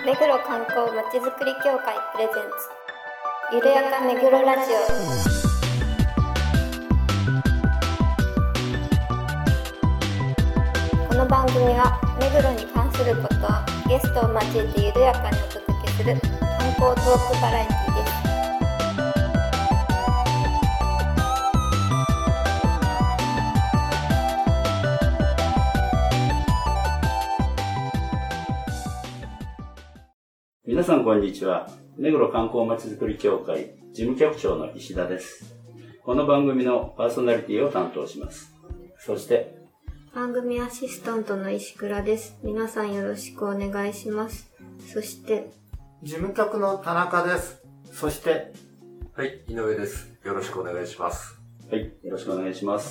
目黒観光まちづくり協会プレゼンツゆるやか目黒ラジオ。この番組は目黒に関することをゲストを交えてゆるやかにお届けする観光トークバラエティです。 皆さんこんにちは。目黒観光まちづくり協会事務局長の石田です。この番組のパーソナリティを担当します。そして番組アシスタントの石倉です。皆さんよろしくお願いします。そして事務局の田中です。そしてはい、井上です。よろしくお願いします。 はい、よろしくお願いします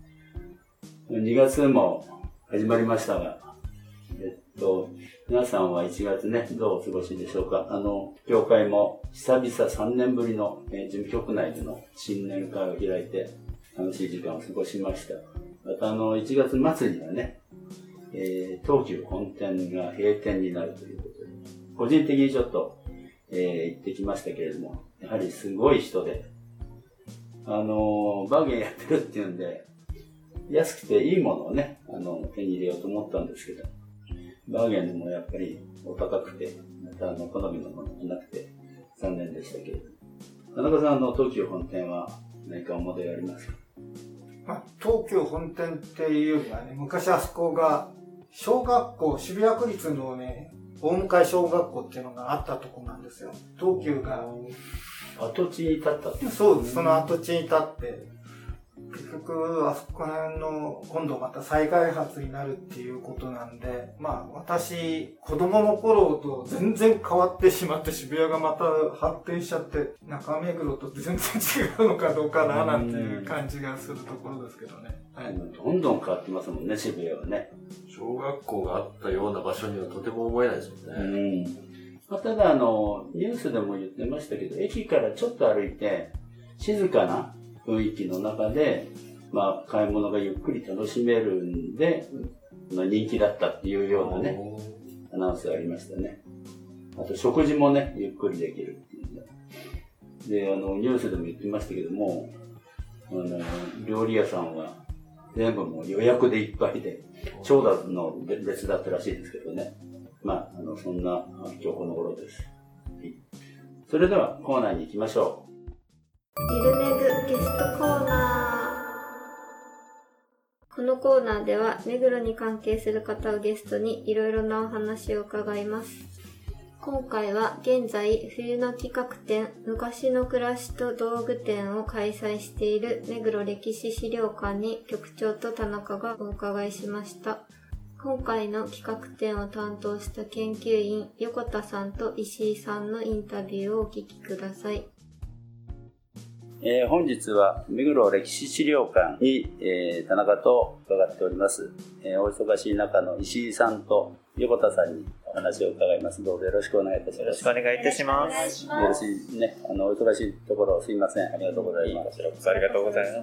。2月も始まりましたが、皆さんは1月ね、どうお過ごしでしょうか。協会も久々3年ぶりの、事務局内での新年会を開いて楽しい時間を過ごしました。また1月末にはね、東急本店が閉店になるということで、個人的にちょっと、行ってきましたけれども、やはりすごい人で、バーゲンやってるっていうんで、安くていいものをね、手に入れようと思ったんですけど、バーゲンでもやっぱりお高くて、また好みのものがなくて残念でしたけれど。田中さん東急本店は何か思い出ありますか？ 東急本店っていうよりはね、昔あそこが小学校、渋谷区立のね、大向小学校っていうのがあったとこなんですよ。東急が跡地に立ったって。 そうです。その跡地に立って、結局あそこら辺の今度また再開発になるっていうことなんで、私子供の頃と全然変わってしまって、渋谷がまた発展しちゃって中目黒と全然違うのかどうかななんていう感じがするところですけどね。 はい、どんどん変わってますもんね、渋谷はね。 小学校があったような場所にはとても思えないですもんね。 ただニュースでも言ってましたけど、駅からちょっと歩いて静かな雰囲気の中で、買い物がゆっくり楽しめるんで、人気だったっていうようなね、アナウンスがありましたね。あと食事もね、ゆっくりできるっていうんで。で、ニュースでも言ってましたけども、料理屋さんは全部もう予約でいっぱいで、長蛇の列だったらしいですけどね。そんな今日この頃です。はい、それではコーナーに行きましょう。 ゆるめぐゲストコーナー。このコーナーでは目黒に関係する方をゲストにいろいろなお話を伺います。今回は現在冬の企画展昔の暮らしと道具展を開催している目黒歴史資料館に局長と田中がお伺いしました。今回の企画展を担当した研究員横田さんと石井さんのインタビューをお聞きください。 本日は目黒歴史資料館に、田中と伺っております。お忙しい中の石井さんと横田さんにお話を伺います。どうぞよろしくお願いいたします。 よろしくお願いいたします。 よろしいね。お忙しいところすいません。ありがとうございます。 こちらこそありがとうございます。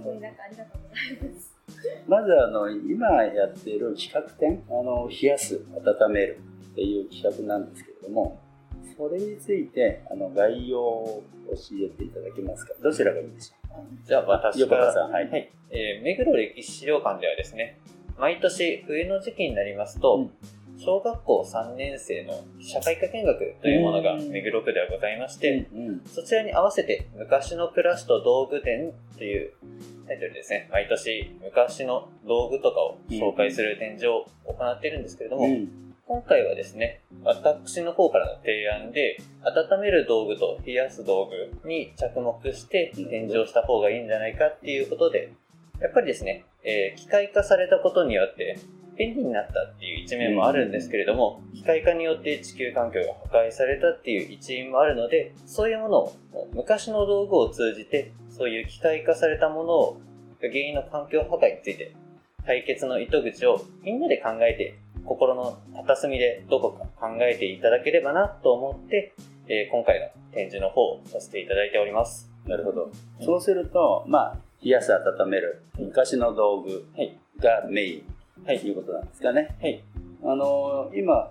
まず今やっている企画展、冷やす、温めるっていう企画なんですけれども、それについて概要を教えていただけますか。どちらがいいでしょうか。 じゃあ私横から田さん、はい。 目黒歴史資料館ではですね、毎年冬の時期になりますと、小学校3年生の社会科見学というものが目黒区ではございまして、そちらに合わせて昔の暮らしと道具展というタイトルですね、毎年昔の道具とかを紹介する展示を行っているんですけれども、今回はですね、私の方からの提案で、温める道具と冷やす道具に着目して展示をした方がいいんじゃないかっていうことで、やっぱりですね、機械化されたことによって便利になったっていう一面もあるんですけれども、機械化によって地球環境が破壊されたっていう一因もあるので、そういうものを昔の道具を通じて、そういう機械化されたものを原因の環境破壊について解決の糸口をみんなで考えて、心の片隅でどこか考えていただければなと思って、今回の展示の方をさせていただいております。 なるほど。そうすると、冷やす、温める昔の道具がメインということなんですかね。 はい。 今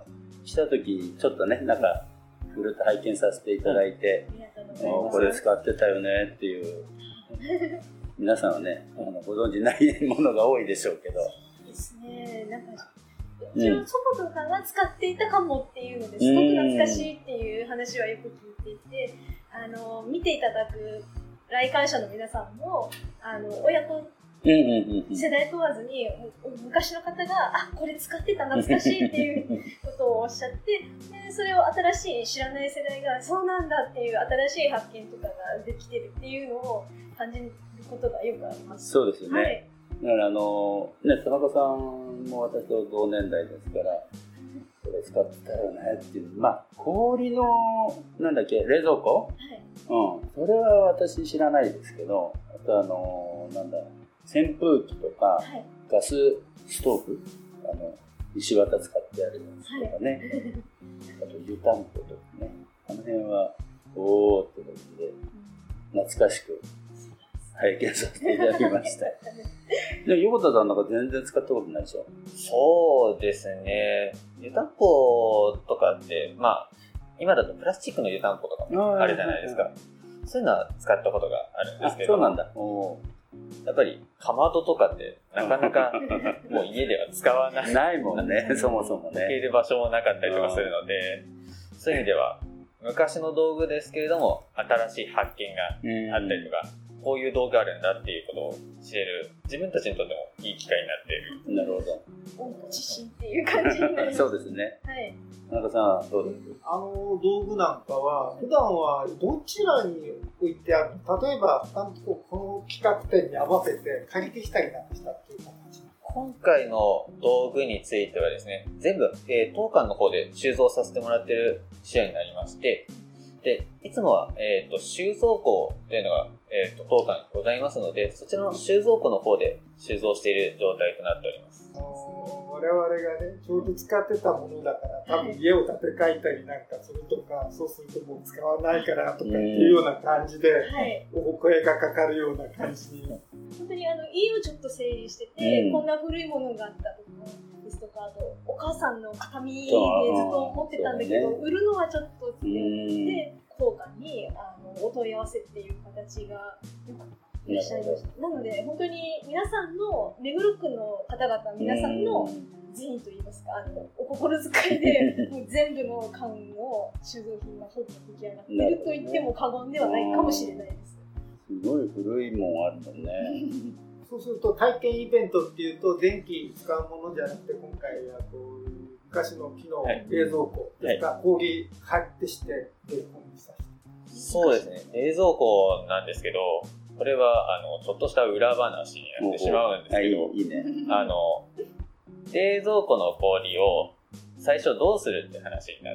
来た時ちょっとねなんかぐるっと拝見させていただいて、これ使ってたよねっていう皆さんはねご存知ないものが多いでしょうけど。 ですね。なんかうちの祖母とかが使っていたかもっていうのですごく懐かしいっていう話はよく聞いていて、見ていただく来館者の皆さんも親子世代問わずに昔の方がこれ使ってた懐かしいっていうことをおっしゃってでそれを新しい知らない世代がそうなんだっていう新しい発見とかができてるっていうのを感じることがよくあります。 そうですよね、 はい、 だから田中さんも私と同年代ですからこれ使ってたよねっていう氷の冷蔵庫、 はい、 それは私知らないですけど、あと扇風機とか、はい、ガスストーブ石綿使ってあるやつとかね、はい、あと湯たんぽとかね、あの辺はおーってことで懐かしく拝見させていただきました。で横田さんなんか全然使ったことないでしょ？ そうですね。湯たんぽとかって今だとプラスチックの湯たんぽとかもあるじゃないですか。そういうのは使ったことがあるんですけど。 そうなんだ。 やっぱりかまどとかってなかなかもう家では使わないないもんね。そもそもね。 置ける場所もなかったりとかするので、そういう意味では昔の道具ですけれども新しい発見があったりとか、こういう道具あるんだっていうことを知れる、自分たちにとってもいい機会になっている。 なるほど。 恩と知心っていう感じになります。 そうですね。 はい。 田中さんどうです？ 道具なんかは普段はどちらに置いてあるの？例えば他のとここの企画展に合わせて借りてきたりなんかしたっていう形。 今回の道具についてはですね、全部、当館の方で収蔵させてもらっている資料になりまして、でいつもは、収蔵庫というのが、当館にございますので、そちらの収蔵庫の方で収蔵している状態となっております。 我々がね、ちょうど使ってたものだから、多分家を建て替えたりなんかするとか、そうするともう使わないからとかっていうような感じで、お声がかかるような感じに。 本当に家をちょっと整理してて、こんな古いものがあったとかですとか、あとお母さんの形見でずっと持ってたんだけど、売るのはちょっとって言って、当館にお問い合わせっていう形がよくいらっしゃいました。なので本当に皆さんの目黒区の方々皆さんの善意といいますかお心遣いでもう全部の館の収蔵品がほぼ出来上がっていると言っても過言ではないかもしれないです。 すごい古いもんあるもんね。 そうすると体験イベントっていうと電気使うものじゃなくて今回は昔の木の冷蔵庫ですか、氷入ってして冷凍にした。 そうですね。冷蔵庫なんですけど、これはちょっとした裏話になってしまうんですけど、 いいね。 冷蔵庫の氷を最初どうするって話になって、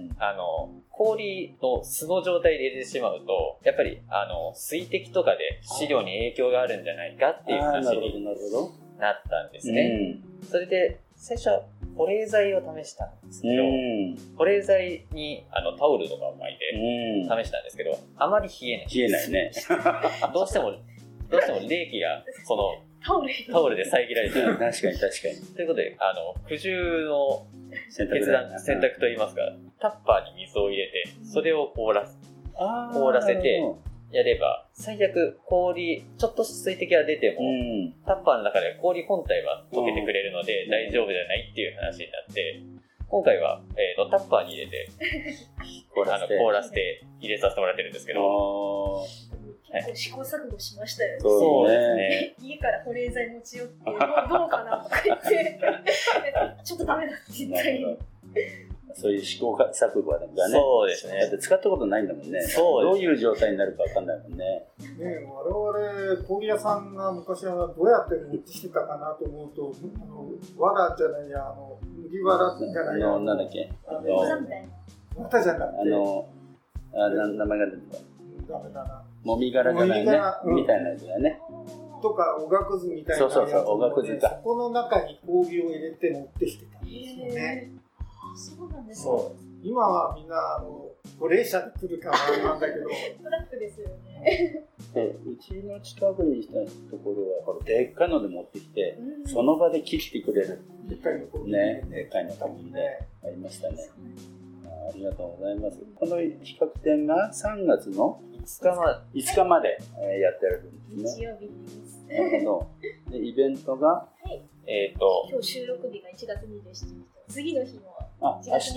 氷の素の状態で入れてしまうと、やっぱり水滴とかで飼料に影響があるんじゃないかっていう話になったんですね。それで最初は保冷剤を試したんですけど、保冷剤にタオルとかを巻いて試したんですけど、あまり冷えない。 冷えないね。 どうしても冷気がそのタオルで遮られてる。 確かに。 ということで、苦渋の選択といいますか、タッパーに水を入れて、それを凍らせてやれば、最悪ちょっと水滴が出ても、タッパーの中で氷本体は溶けてくれるので大丈夫じゃないっていう話になって、今回は、タッパーに入れて、凍らせて入れさせてもらってるんですけど、 結構試行錯誤しましたよね。 そうですね。 家から保冷剤持ち寄って、どうかなとか言って、ちょっとダメだって言ったり。 そういう試行錯誤がね。 そうですね。 だって使ったことないんだもんね。どういう状態になるかわかんないもんね。 我々、氷屋さんが昔はどうやって持ってきてたかなと思うと、藁じゃないや、麦わらじゃないや。 なんだっけ綿みたいな。 綿じゃなくて。 名前が出てた。 ダメだな。 もみ殻じゃないね。みたいなやつだね。 とか、おがくずみたいなやつ。 そう、おがくずか。 そこの中に氷を入れて持ってきてたんですよね。 そうなんですね。 今はみんな、 高齢者で来るからなんだけど。 トラックですよね。 でうちの近くにしたところは、これでっかいので持ってきて、 うんその場で切ってくれる。 でっかいのこうね、でっかいの紙でありましたね。ありがとうございます。この企画展が3月の5日までやってるんですね。 日曜日です。 なるほど。で、イベントが、 今日収録日が1月27日。次の日もあ、 1 明月日、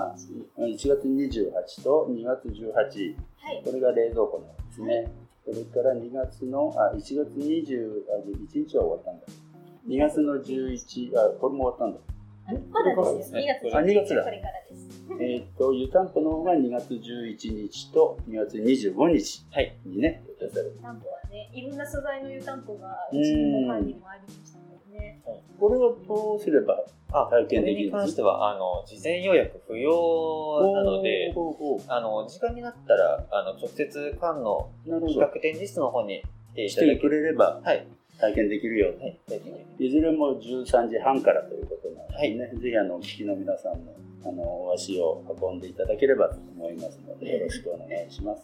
28日。 1月28と2月18、 はい。 これが冷蔵庫なんですね。それから1月21日は終わったんだ。2月の11、これも終わったんだ。 まだですよ。2月あ、2月だこれからです。 湯たんぽの方が2月11日と2月25日にね、予定される。 湯たんぽはね、いろんな素材の湯たんぽがうちの館にもありましたのでね。 これはどうすれば体験できるんですか？ これに関しては、事前予約不要なので、時間になったら、直接館の企画展示室の方に来てい来てただけくれればはい。 体験できるよ。 はい。体験できるいずれも13時半からということなのでね、ぜひお聞きの皆さんもお足を運んでいただければと思いますので、よろしくお願いします。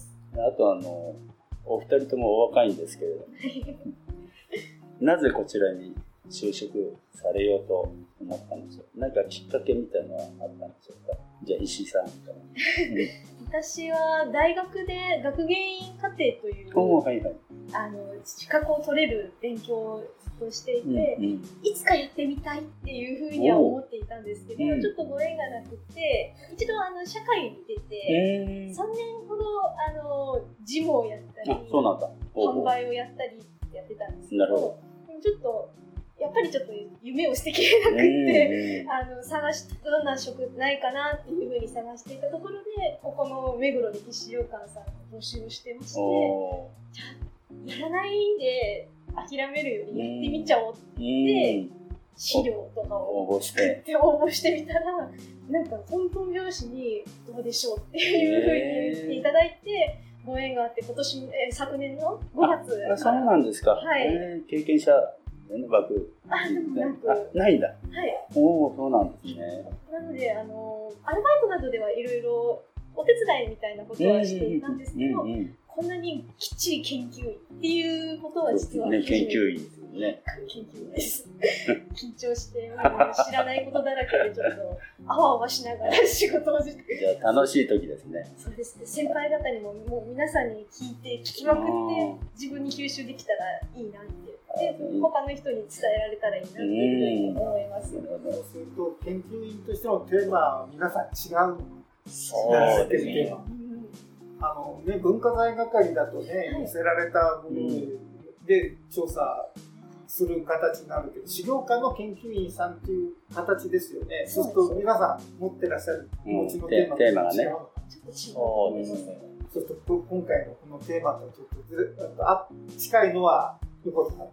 あとお二人ともお若いんですけれども、なぜこちらに就職されようと思ったんでしょう。何かきっかけみたいなのはあったんでしょうか。じゃあ石井さんから。 私は大学で学芸員課程というはいはい。 資格を取れる勉強をずっとしていて、いつかやってみたいっていうふうには思っていたんですけど、ちょっとご縁がなくて、一度社会に出て、3年ほど事務をやったり、 そうなんだ。 販売をやったりってやってたんですけど、 なるほど。 ちょっとやっぱりちょっと夢を捨てきれなくて、どんな職ないかなっていうふうに探していたところで、ここの目黒歴史資料館さんの募集をしてまして、じゃあやらないで諦めるよりやってみちゃおうって資料とかを作って応募してみたら、なんかトントン拍子にどうでしょうっていうふうに言っていただいて、ご縁があって昨年の5月。 そうなんですか。 はい。 経験者の枠ないんだ。 はい。 そうなんですね。 なのでアルバイトなどではいろいろお手伝いみたいなことはしていたんですけど、こんなにきっちり研究員っていうことは実は研究員ですね。 研究員です。緊張して知らないことだらけでちょっとあわあわしながら仕事をして。 じゃあ楽しい時ですね。 そうですね。先輩方にももう皆さんに聞きまくって自分に吸収できたらいいなって。で他の人に伝えられたらいいなっていうふうに思います。 そうすると研究員としてのテーマは皆さん違う。 そうですね。 文化財係だとね、寄せられたもので調査する形になるけど、資料館の研究員さんという形ですよね。そうすると皆さん持ってらっしゃる持ちのテーマがね。 そうですね。 そうすると今回のこのテーマとちょっと近いのは横田さん。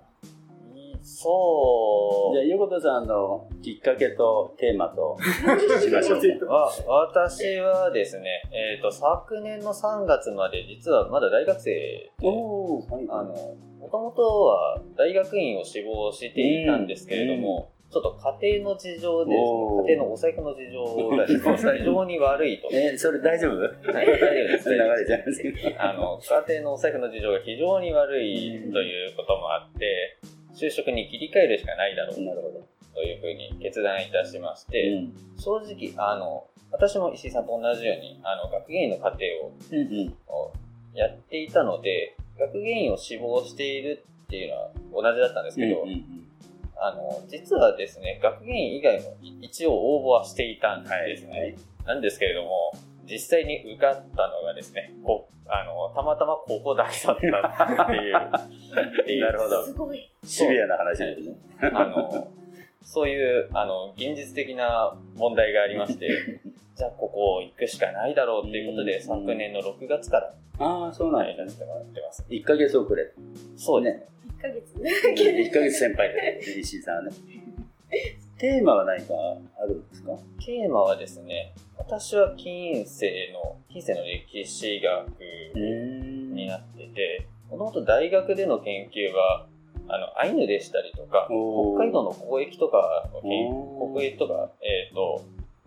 そう。 じゃあ横田さんのきっかけとテーマとしましょう。 私はですね、昨年の3月まで実はまだ大学生で、もともとは大学院を志望していたんですけれども、ちょっと家庭の事情で、家庭のお財布の事情が非常に悪いと。 それ大丈夫？ はい、大丈夫です。 流れちゃいますけど。 家庭のお財布の事情が非常に悪いということもあって、就職に切り替えるしかないだろうというふうに決断いたしまして、正直私も石井さんと同じように学芸員の課程をやっていたので、学芸員を志望しているっていうのは同じだったんですけど、実はですね、学芸員以外も一応応募はしていたんですね。なんですけれども、実際に受かったのがですね、たまたまここだけだったっていう。 なるほど。 すごい。 シビアな話ですね。 そういう現実的な問題がありまして、じゃあここ行くしかないだろうっていうことで、昨年の6月からそうなんですね。 やってます。 1ヶ月遅れ。 そうね。 1ヶ月。 1ヶ月先輩で石井さんはね。テーマは何かあるんですか？ テーマはですね、私は近世の歴史学になってて、もともと大学での研究はアイヌでしたりとか、北海道の交易とか、交易とか、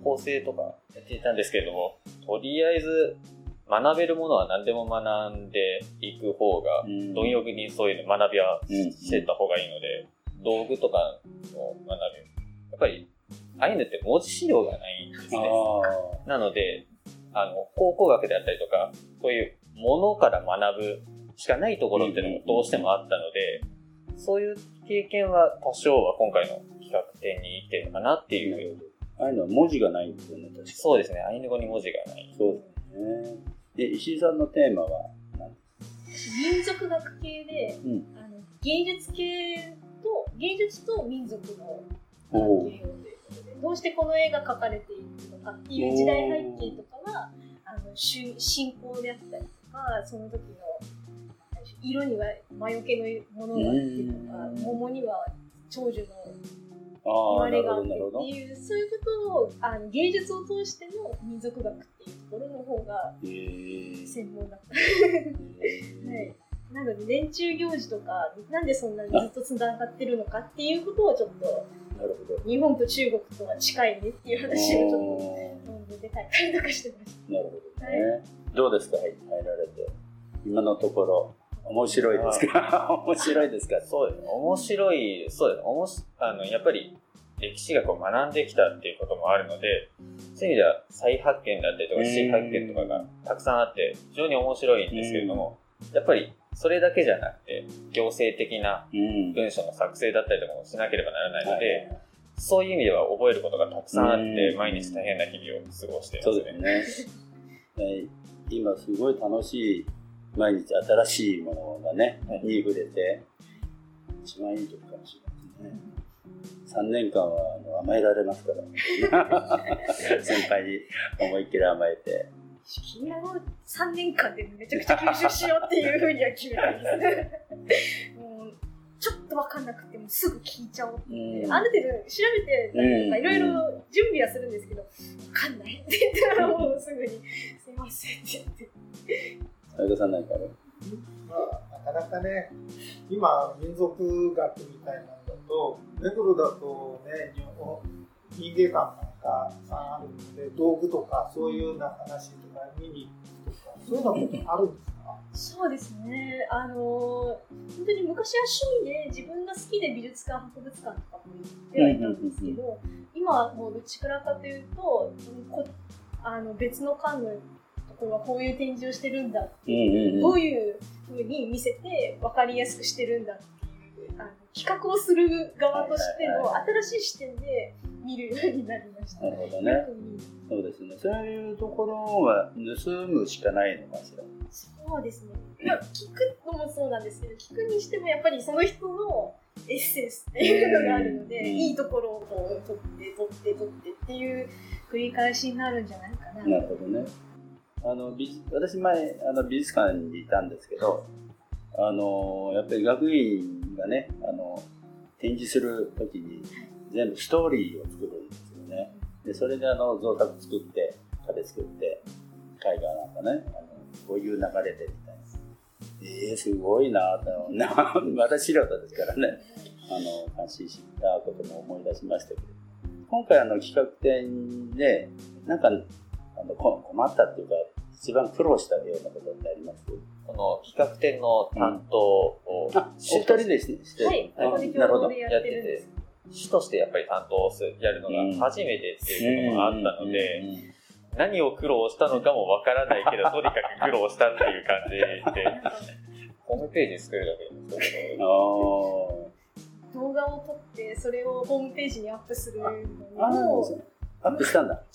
構成とかやっていたんですけれども、とりあえず学べるものは何でも学んでいく方が、貪欲にそういうの学びはしてた方がいいので、道具とかを学ぶ。やっぱり、ああいうのって文字資料がないんですね。なので、考古学であったりとか、こういうものから学ぶしかないところっていうのもどうしてもあったので、そういう経験は多少は今回の企画展に生きてるのかなっていう。 ああいうのは文字がないんですよね、確かに。 そうですね、アイヌ語に文字がない。 そうですね。で、石井さんのテーマは何ですか？ 民族学系で、芸術と民族の関係をということで、どうしてこの絵が描かれているのかっていう時代背景とかは、信仰であったりとか、その時の色には魔除けのものがあってとか、桃には長寿の言われがあってっていう、そういうことを芸術を通しての民族学っていうところの方が専門だった。はい、なので年中行事とかなんでそんなにずっとつながってるのかっていうことをちょっと日本と中国とは近いねっていう話をちょっと論文で書いたりとかしてました。 なるほどね。はい、どうですか、入られて今のところ。面白いですか？面白いですか？ そうですね。面白い、そうです。やっぱり歴史学を学んできたっていうこともあるので、そういう意味では再発見だったりとか新発見とかがたくさんあって非常に面白いんですけれども、やっぱりそれだけじゃなくて行政的な文章の作成だったりとかもしなければならないので、そういう意味では覚えることがたくさんあって毎日大変な日々を過ごしていますね。そうですね。今すごい楽しい毎日新しいものがね、に触れて一番いい時かもしれないですね。3年間は甘えられますから先輩に思いっきり甘えて君らの3年間でめちゃくちゃ吸収しようっていうふうには決めたんですもうちょっと分かんなくてもすぐ聞いちゃおうって、ある程度調べていろいろ準備はするんですけど、分かんないって言ったらもうすぐにすいませんって言って相田さん何かある？ なかなかね、今民族学みたいなのだと目黒だとね、民芸館なんかあるので道具とかそういうような話とか見に行くとかそういうのことあるんですか？ そうですね、本当に昔は趣味で自分が好きで美術館博物館とかも行ってはいたんですけど、今はもうどちらかというと別の館のこれはこういう展示をしてるんだっていう、どういう風に見せて分かりやすくしてるんだっていう企画をする側としての新しい視点で見るようになりました。 なるほどね。そうですね。そういうところは盗むしかないのかしら。 そうですね。聞くのもそうなんですけど、聞くにしてもやっぱりその人のエッセンスっていうのがあるので、いいところをこう取ってっていう繰り返しになるんじゃないかな。 なるほどね。私前美術館にいたんですけど、やっぱり学院がね展示するときに全部ストーリーを作るんですよね。でそれで造作作って壁作って絵画なんかねこういう流れでみたいな、すごいなと私素人ですからね感心したことも思い出しましたけど、今回企画展でなんか困ったっていうか一番苦労したようなことってあります？ この企画展の担当を、 お二人でして、 はい、ここで共同でやってるんです。 主としてやっぱり担当をやるのが初めてっていうのがあったので、何を苦労したのかもわからないけど、とにかく苦労したっていう感じで、ホームページ作るだけですけど、 動画を撮ってそれをホームページにアップするのをアップしたんだ。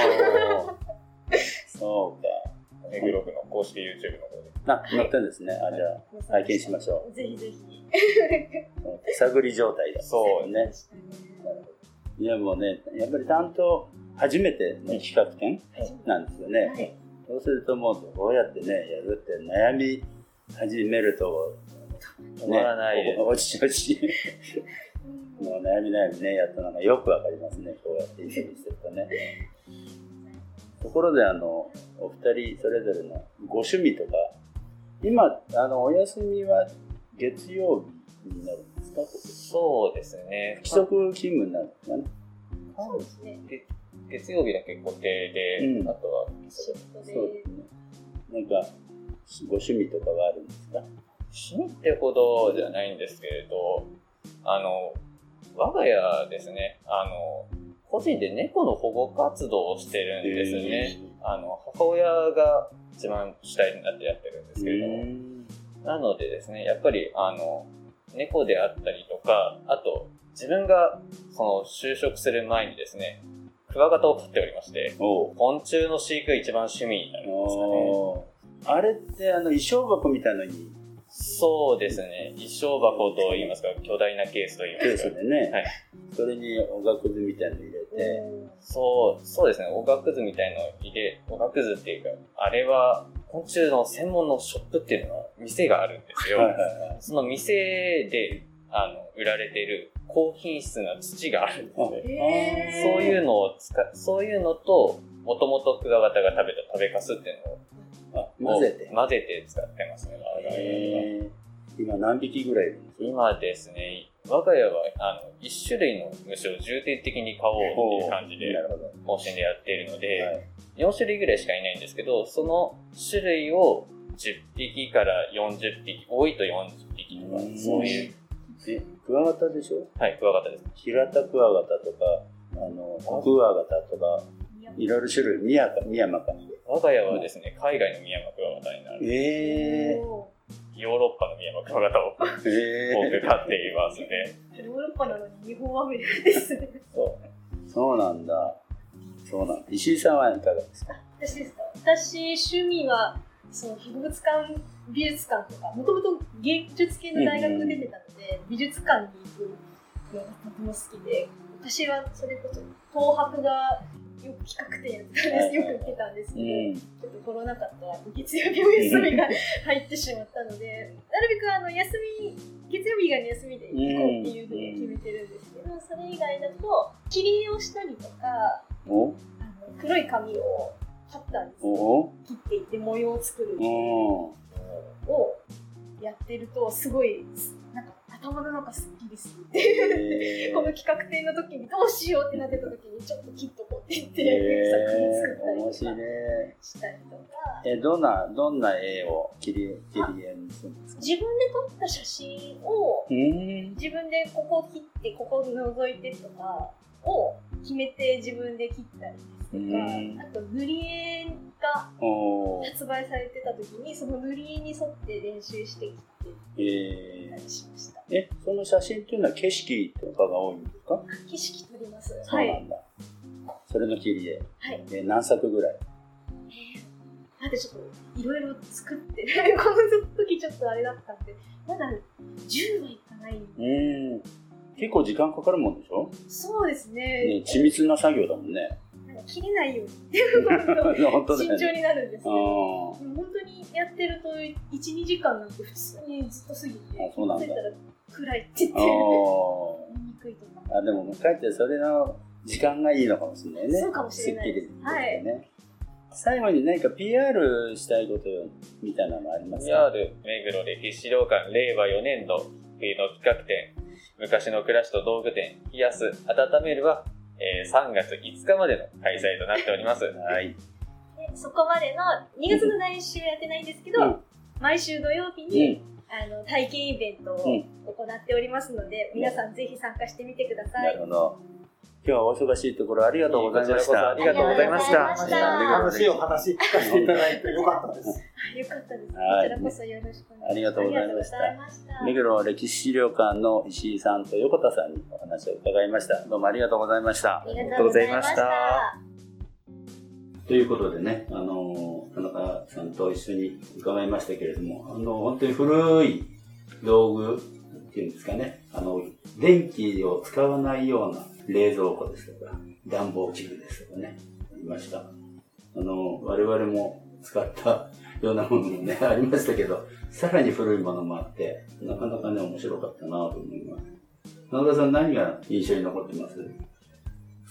そうか。 目黒区の公式 YouTube の方で。 載ってるんですね。じゃあ拝見しましょう。ぜひぜひ。 手探り状態だ。 そうね。 いやもうね、やっぱり担当初めての企画展なんですよね。はい、そうするともうどうやってねやるって悩み始めると止まらないです。 おちおち。もう悩みねやったのがよくわかりますね。こうやって一緒にするとね。ところでお二人それぞれのご趣味とか今お休みは月曜日になるんですか？ そうですね。 規則勤務になるんですかね。 そうですね。 月曜日だけ固定で、 うんあとは、 仕事で。 そうですね。なんか、ご趣味とかはあるんですか？ 趣味ってほどじゃないんですけれど、我が家ですね、個人で猫の保護活動をしてるんですね。母親が一番主体になってやってるんですけれども、なのでですね、やっぱり猫であったりとか、あと自分がその就職する前にですね、クワガタを飼っておりまして、昆虫の飼育が一番趣味になるんですかね。 あれって衣装箱みたいなのにそうですね、衣装箱と言いますか、巨大なケースと言いますか。 ケースでね、 はい、 それにおがくずみたいなの入れて、 そうですね、おがくずみたいのを入れ、おがくずっていうか、あれは昆虫の専門のショップっていうのが、店があるんですよ。その店で売られている高品質な土があるんですね。そういうのと、もともとクワガタが食べた食べかすっていうのを混ぜて使ってますね。 今何匹ぐらいいるんですか？ 今ですね、我が家は1種類の虫を重点的に飼おうっていう感じで方針でやっているので、4種類ぐらいしかいないんですけど、その種類を10匹から40匹、多いと40匹とか、そういう。 クワガタでしょ？ はい、クワガタです。 平田クワガタとか、クワガタとか、いろいろ種類、ミヤマか。 我が家はですね、海外のミヤマクワガタになる。ヨーロッパのミヤマクワガタを多く飼っていますね。 ヨーロッパなのに日本アメリカですね。 そうなんだ。石井さんはいかがですか？ 私ですか？私、趣味は、その博物館、美術館とか、もともと芸術系の大学出てたので、美術館に行くのがとても好きで、私はそれこそ東博がよく企画展やってたんです。よく行ってたんですけど、ちょっとコロナ禍と月曜日お休みが入ってしまったので、なるべく月曜日以外の休みで行こうっていうふうに決めてるんですけど、それ以外だと、切り絵をしたりとか、黒い紙をカッターで切っていって模様を作るをやってると、すごいなんか頭の中すっきりするっていう、この企画展の時にどうしようってなってた時にちょっと切っとこうって言って作品作ったりとかしたりとか。 どんな絵を切り絵にするんですか？ 自分で撮った写真を自分でここ切ってここ覗いてとかを決めて自分で切ったりですとか、あと塗り絵が発売されてた時にその塗り絵に沿って練習してきてたりしました。 その写真っていうのは景色とかが多いんですか？ 景色撮ります。 そうなんだ。それの切り絵。 はい。 何作ぐらい？ ちょっといろいろ作ってこの時ちょっとあれだったんで、まだ10はいかないんで。 結構時間かかるもんでしょ？ そうですね。 緻密な作業だもんね。 切れないように本当慎重になるんですけど、 本当にやってると 1,2 時間なんて普通にずっと過ぎて、 そうなんだ。 たら暗いって言って言いにくいとか。 でもかえってそれの時間がいいのかもしれないね。 そうかもしれないです。 はい。最後に何か PR したいことみたいなのありますか？ PR 目黒歴史資料館令和4年度冬の企画展、昔の暮らしと道具店、冷やす、温めるは、3月5日までの開催となっております。 はい。 でそこまでの2月の来週やってないんですけど、毎週土曜日に、体験イベントを行っておりますので、皆さんぜひ参加してみてください。 なるほど。今日はお忙しいところありがとうございました。 ありがとうございました。 楽しいお話聞かせていただいてよかったです。 よかったです。こちらこそよろしくお願いします。 ありがとうございました。目黒歴史資料館の石井さんと横田さんにお話を伺いました。どうもありがとうございました。 ありがとうございました。 ということでね、田中さんと一緒に伺いましたけれども、本当に古い道具っていうんですかね、電気を使わないような冷蔵庫ですとか、暖房器具ですとかね、ありました。我々も使ったようなものもね、ありましたけど、さらに古いものもあって、なかなかね、面白かったなと思います。田中さん、何が印象に残ってます？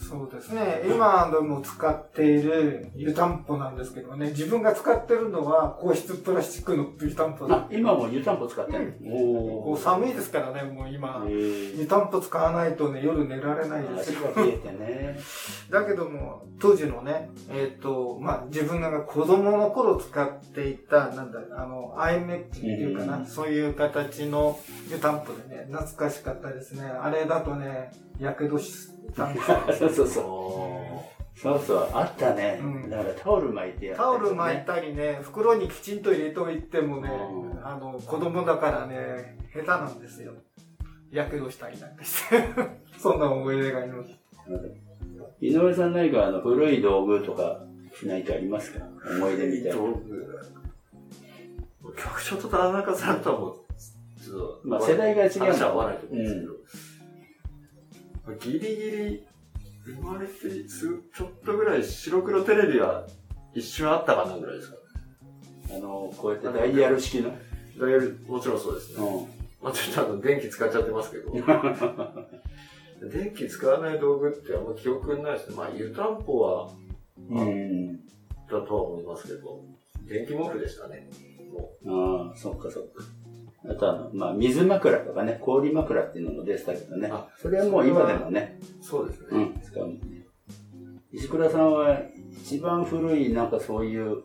そうですね。今でも使っている湯たんぽなんですけどね、自分が使ってるのは硬質プラスチックの湯たんぽあ、今も湯たんぽ使ってるの？ こう寒いですからね、もう今。湯たんぽ使わないとね、夜寝られないです足が冷えてね。 だけども、当時のね、自分が子供の頃使っていた、アイメッキっていうかな、そういう形の湯たんぽでね、懐かしかったですね。あれだとね、やけどしたんですよ。 そうそう、あったね。だからタオル巻いてやったりね。 タオル巻いたりね、袋にきちんと入れておいてもね、子供だからね、下手なんですよ。やけどしたりなんかして。そんな思い出があります。 井上さん何か古い道具とか何かありますか？思い出みたいな。 道具。局長と田中さんとはもう、 まあ世代が違う。 話は合わないと思うんですけど、ギリギリ生まれてちょっとぐらい白黒テレビは一瞬あったかなぐらいですか？ こうやってダイヤル式の。 ダイヤル、もちろんそうですね。まあちょっと電気使っちゃってますけど。電気使わない道具ってあんま記憶にないですね。まあ湯たんぽは、だとは思いますけど、電気毛布でしたね。 ああ、そっかそっか。あと水枕とかね、氷枕っていうのも出てたけどね。それはもう今でもね。 そうですね。 使うもんね。石倉さんは一番古いそういう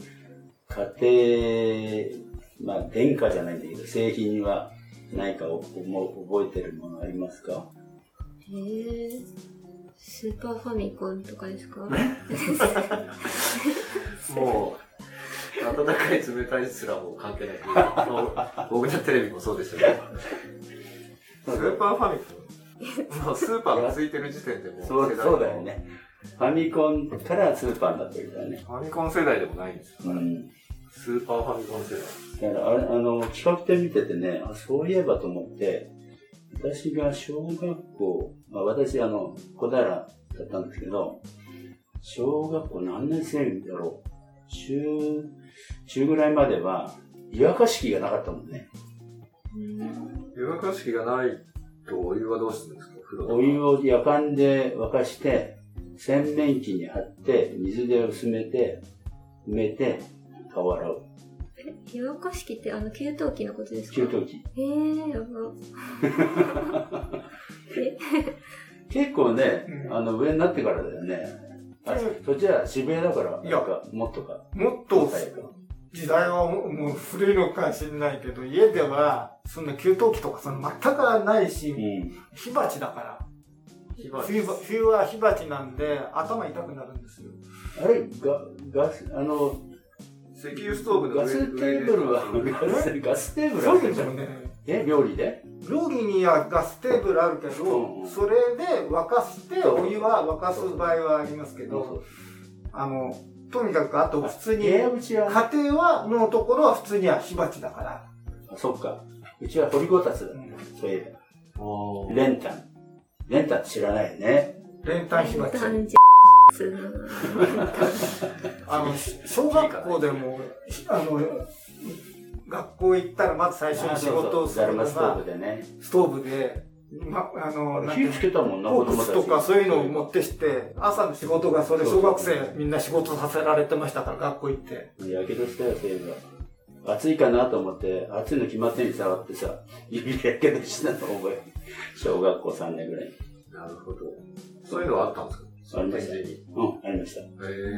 家庭、電化じゃないんだけど、製品は何か覚えてるものありますか？ スーパーファミコンとかですか？ もう、温かい冷たいすらも関係ない。僕のテレビもそうでしたけど。スーパーファミコンもうスーパーがついてる時点でもうそうだよね。ファミコンからスーパーになってるからね。 ファミコン世代でもないんですよ。スーパーファミコン世代。 だから企画展見ててね、そういえばと思って、私が小学校、私小平だったんですけど、小学校何年生だろう。中ぐらいまでは湯沸かし器がなかったもんね。 湯沸かし器がないとお湯はどうするんですか？ お湯をやかんで沸かして、洗面器に貼って、水で薄めて、埋めて、顔洗う。 湯沸かし器って給湯器のことですか？ 給湯器。 やば。 結構ね、 上になってからだよね。そっちは渋谷だから、もっと時代はもう古いのかもしれないけど、家では、そんな給湯器とか全くないし、火鉢だから。冬は火鉢なんで、頭痛くなるんですよ。 あれ、ガス、 石油ストーブのガステーブルは、ガステーブルあるじゃん。料理で？ 料理にはガステーブルあるけど、それで沸かして、お湯は沸かす場合はありますけど、とにかくあと普通に、家庭のところは普通には火鉢だから。 そっか。うちは掘りごたつだね。そういえば。練炭って知らないよね。 練炭火鉢。小学校でも、学校行ったらまず最初に仕事をするのが、ストーブで、 火つけたもんな、 フォークスとかそういうのを持ってきて、朝の仕事がそれ、小学生みんな仕事させられてましたから、学校行って。 やけどしたよ、そういえば。暑いかなと思って、暑いの決まってんに触ってさ、指やけどしたの覚えて。小学校3年ぐらい。 なるほど。そういうのはあったんですか？ ありました。ありました。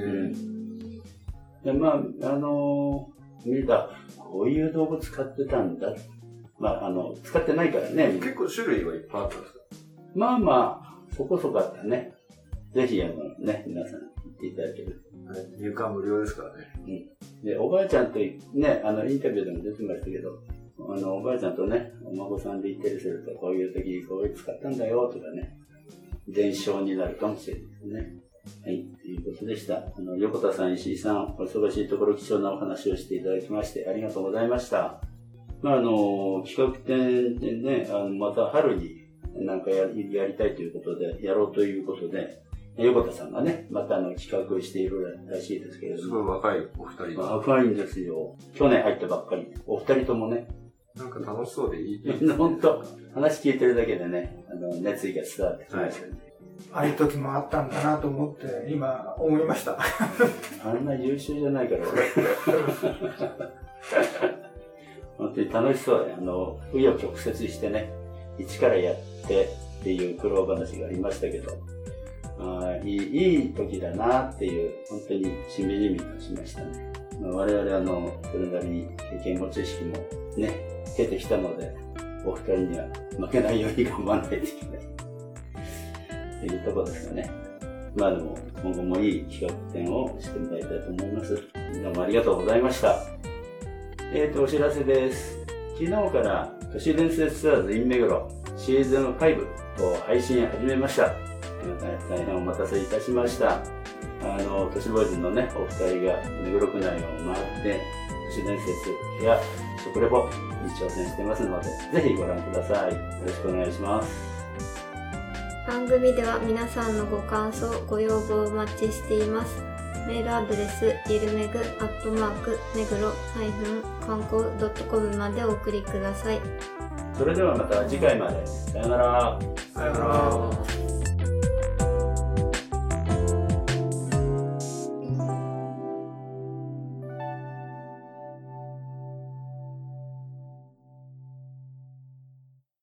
見た、こういう道具使ってたんだ。使ってないからね。 結構種類はいっぱいあったんですか？ そこそこあったね。ぜひ、皆さん行っていただける。 入館無料ですからね。 で、おばあちゃんとね、インタビューでも出てましたけど、おばあちゃんとね、お孫さんで行ったりすると、こういう時、こういう使ったんだよ、とかね、伝承になるかもしれないですね。はい、ということでした。横田さん、石井さん、お忙しいところ貴重なお話をしていただきまして、ありがとうございました。企画展でね、また春になんかやりたいということで、やろうということで、横田さんがね、また企画しているらしいですけれども。 すごい若いお二人。 若いんですよ。去年入ったばっかり。お二人ともね。 なんか楽しそうでいい。 本当話聞いてるだけでね、熱意が伝わってきましたね。 ああいう時もあったんだなと思って今思いました。 あんな優秀じゃないから俺。本当に楽しそうで、紆余曲折してね、一からやってっていう苦労話がありましたけど、いい時だなっていう、本当にしみじみとしましたね。我々それなりに経験も知識もね、経てきたので、お二人には負けないように頑張らないといけないというところですよね。でも今後もいい企画展をしてもらいたいと思います。どうもありがとうございました。お知らせです。昨日から都市伝説ツアーズ in 目黒シーズン5を配信始めました。大変お待たせいたしました。都市ボーイズのね、お二人が目黒区内を回って都市伝説や食レポに挑戦してますので、ぜひご覧ください。よろしくお願いします。 番組では皆さんのご感想、ご要望をお待ちしています。メールアドレス、ゆるめぐ目黒観光.com までお送りください。 それではまた次回まで。さよなら。 さよなら。